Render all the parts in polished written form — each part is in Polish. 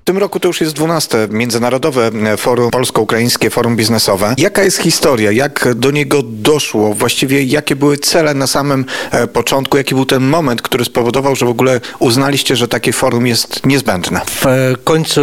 tym roku to już jest 12. Międzynarodowe Forum Polsko-Ukraińskie Forum Biznesowe. Jaka jest historia? Jak do niego doszło? Właściwie jakie były cele na samym początku? Jaki był ten moment, który spowodował, że w ogóle uznaliście, że takie forum jest niezbędne? W końcu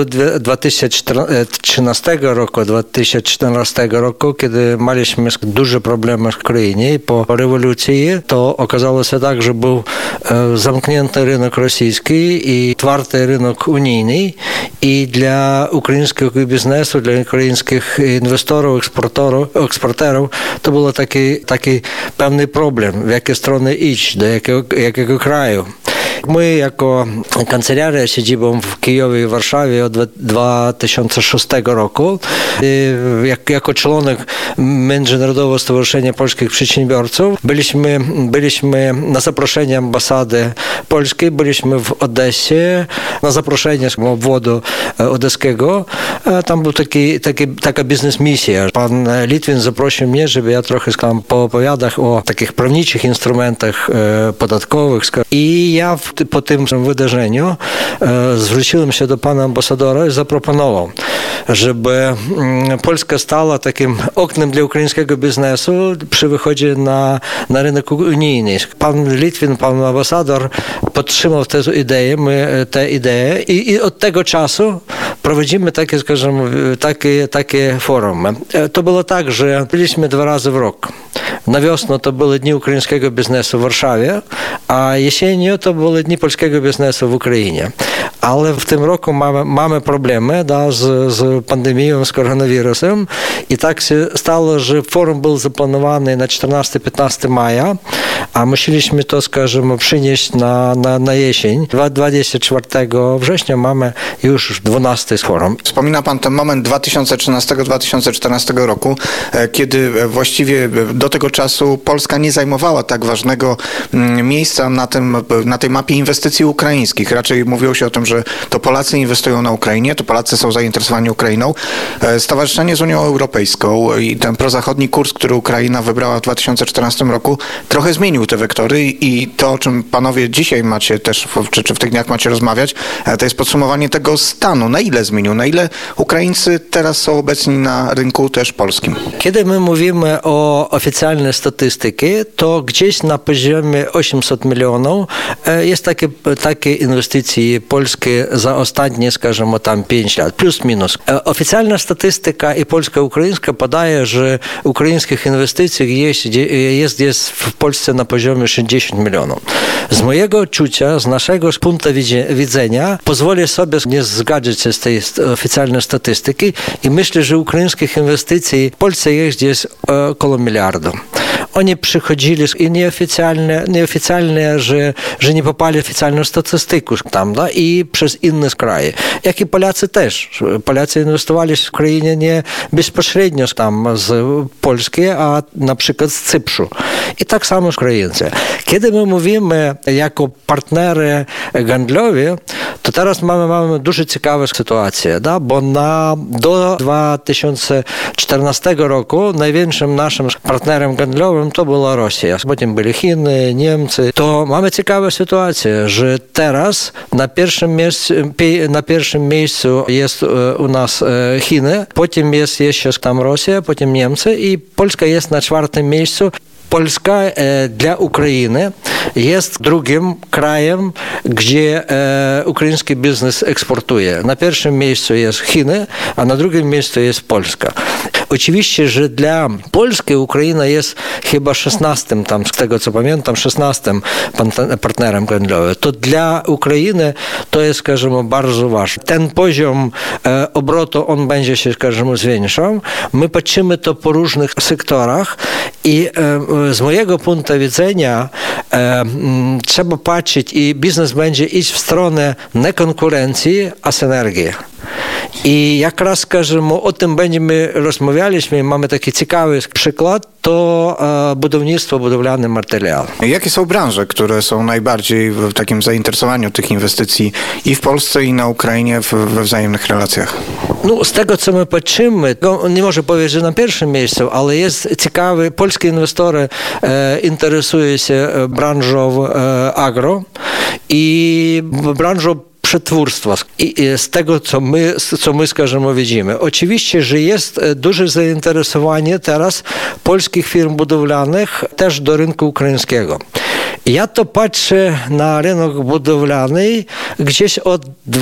2013 roku, 2014 roku, kiedy mieliśmy duże problemy w Ukrainie po rewolucji, to okazało się tak, że był zamknięty rynek rosyjski i otwarty rynek unijny i dla ukraińskiego biznesu, dla ukraińskich inwestorów, eksporterów to był taki pewny problem, w jaką stronę iść, do jakiego kraju. My jako kancelaria z siedzibą w Kijowie i Warszawie od 2006 roku, jako członek Międzynarodowego Stowarzyszenia Polskich Przedsiębiorców, byliśmy na zaproszenie ambasady polskiej, byliśmy w Odessie, na zaproszenie obwodu odeskiego. Tam był taka biznes-misja. Pan Litwin zaprosił mnie, żeby ja trochę poopowiadał o takich prawniczych instrumentach podatkowych. I ja po tym wydarzeniu zwróciłem się do pana ambasadora i zaproponował, żeby Polska stała takim oknem dla ukraińskiego biznesu przy wychodzie na rynek unijny. Pan Litwin, pan ambasador podtrzymał tę ideę i od tego czasu prowadzimy takie forum. To było tak, że byliśmy 2 razy w rok. Na wiosnę to były Dni Ukraińskiego Biznesu w Warszawie, a jesienią to były Dni Polskiego Biznesu w Ukrainie. Ale w tym roku mamy problemy z pandemią, z koronawirusem i tak się stało, że forum był zaplanowany na 14-15 maja, a musieliśmy to, przynieść na jesień. 24 września mamy już 12 forum. Wspomina pan ten moment 2013-2014 roku, kiedy właściwie do tego czasu Polska nie zajmowała tak ważnego miejsca na tej mapie inwestycji ukraińskich. Raczej mówiło się o tym, że to Polacy inwestują na Ukrainie, to Polacy są zainteresowani Ukrainą. Stowarzyszenie z Unią Europejską i ten prozachodni kurs, który Ukraina wybrała w 2014 roku, trochę zmienił te wektory i to, o czym panowie dzisiaj macie też, czy w tych dniach macie rozmawiać, to jest podsumowanie tego stanu. Na ile zmienił? Na ile Ukraińcy teraz są obecni na rynku też polskim? Kiedy my mówimy o oficjalnej statystyce, to gdzieś na poziomie 800 milionów jest takie inwestycje polskie za ostatnie, 5 lat, plus minus. Oficjalna statystyka i polska-ukraińska podaje, że ukraińskich inwestycji jest w Polsce na poziomie 60 milionów. Z mojego odczucia, z naszego punktu widzenia, pozwolę sobie nie zgadzać się z tej oficjalnej statystyki i myślę, że ukraińskich inwestycji w Polsce jest gdzieś około miliarda. Oni przychodzili i nieoficjalnie, że nie popali w oficjalną statystykę tam, i przez inne kraje. Jak i Polacy też. Polacy inwestowali w Ukrainie nie bezpośrednio tam z Polski, a na przykład z Cypru. I tak samo Ukraińcy. Kiedy my mówimy jako partnerzy handlowi, to teraz mamy дуже ciekawą sytuację, bo do 2014 roku największym naszym partnerem handlowym to była Rosja. Potem byli Chiny, Niemcy. To mamy ciekawą sytuację, że teraz na pierwszym miejscu jest u nas Chiny, potem jest jeszcze tam Rosja, potem Niemcy i Polska jest na 4. miejscu. Polska dla Ukrainy jest drugim krajem, gdzie ukraiński biznes eksportuje. Na pierwszym miejscu jest Chiny, a na drugim miejscu jest Polska. Oczywiście, że dla Polski Ukraina jest chyba 16, tam z tego co pamiętam, 16 partnerem handlowym. To dla Ukrainy to jest, bardzo ważne. Ten poziom obrotu, on będzie się, zwiększał. My patrzymy to po różnych sektorach i z mojego punktu widzenia trzeba patrzeć i biznes będzie iść w stronę nie konkurencji, a synergii. I jak raz, o tym będziemy rozmawialiśmy, mamy taki ciekawy przykład, to budownictwo, budowlany materiał. Jakie są branże, które są najbardziej w takim zainteresowaniu tych inwestycji i w Polsce, i na Ukrainie we wzajemnych relacjach? Z tego, co my patrzymy, nie może powiedzieć, że na pierwszym miejscu, ale jest ciekawy, polskie inwestory interesują się branżą agro i branżą przetwórstwa. I z tego, co my, скажімо, widzimy. Oczywiście, że jest duże zainteresowanie teraz polskich firm budowlanych też do rynku ukraińskiego. Ja to patrzę na rynek budowlany gdzieś od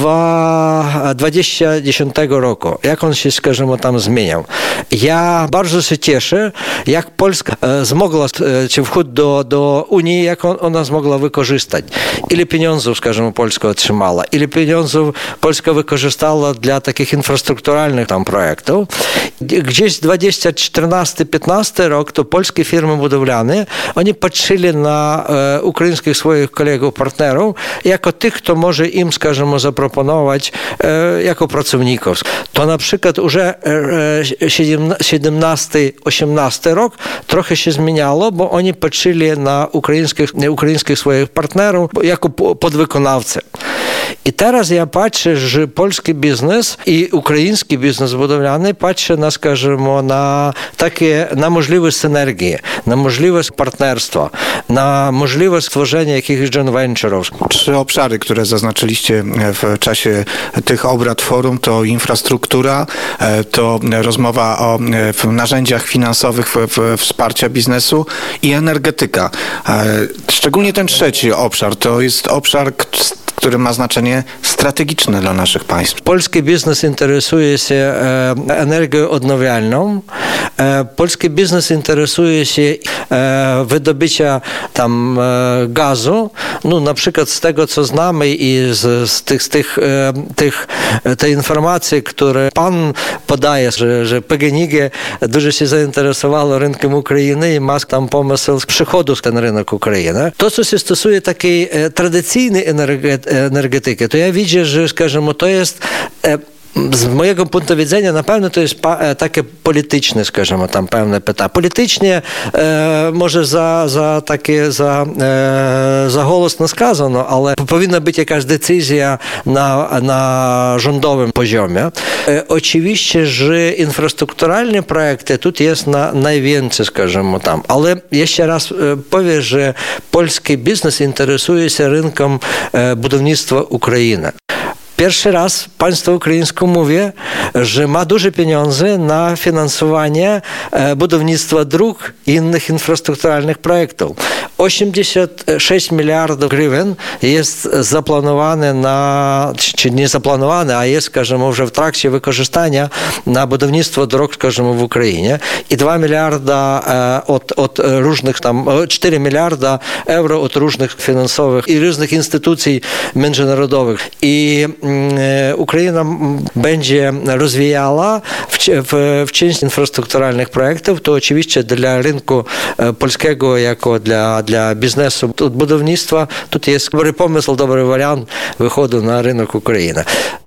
2010 roku, jak on się, скажімо, tam zmieniał. Ja bardzo się cieszę, jak Polska zmogła, czy wchód do Unii, jak ona zmogła wykorzystać. Ile pieniędzów, скажімо, Polska otrzymała, ile pieniędzów Polska wykorzystała dla takich infrastrukturalnych tam projektów. Gdzieś 2014-15 rok to polskie firmy budowlane, oni patrzyli na ukraińskich swoich kolegów, partnerów, jako tych, kto może im, скажімо, zaproponować jako pracowników. To na przykład już 17-18 rok trochę się zmieniało, bo oni patrzyli na ukraińskich swoich partnerów jako podwykonawcy. I teraz ja patrzę, że polski biznes i ukraiński biznes budowlany patrzy na, скажімо, na możliwość synergii, na możliwość partnerstwa, na możliwość stworzenia jakichś joint venture'ów. 3 obszary, które zaznaczyliście w czasie tych obrad forum, to infrastruktura, to rozmowa o narzędziach finansowych wsparcia biznesu i energetyka. Szczególnie ten trzeci obszar, to jest obszar, który ma znaczenie strategiczne dla naszych państw. Polski biznes interesuje się energią odnawialną. Polski biznes interesuje się wydobycia tam gazu. No, na przykład z tego, co znamy i z tej informacji, które pan podaje, że PGNiG dużo się zainteresowało rynkiem Ukrainy i ma tam pomysł przychodu z ten rynek Ukrainy. To, co się stosuje takiej tradycyjnej energetyki, to ja widzę, że, скажімо, to jest z mojego punktu widzenia na pewno to jest takie polityczne, скажімо, tam pewne pytania. Politycznie może za głośno skazano, ale powinna być jakaś decyzja na rządowym poziomie. Oczywiście, że infrastrukturalne projekty tu jest najwięcej, скажімо, tam. Ale jeszcze raz powiem, że polski biznes interesuje się rynkiem budownictwa Ukrainy. Pierwszy raz państwo ukraińskie mówi, że ma duże pieniądze na finansowanie budownictwa dróg i innych infrastrukturalnych projektów. 86 miliardów grywен jest zaplanowane czy nie zaplanowane, a jest, скажімо, вже w trakcie wykorzystania na budownictwo dróg, скажімо, w Ukrainie i 2 miliarda od różnych tam, 4 miliarda euro od różnych finansowych i różnych instytucji międzynarodowych. I Ukraina będzie rozwijała w część infrastrukturalnych projektów, to oczywiście dla rynku polskiego, jako dla biznesu od budownictwa, тут jest dobry pomysł, dobry wariant wychodu na rynek Ukrainy.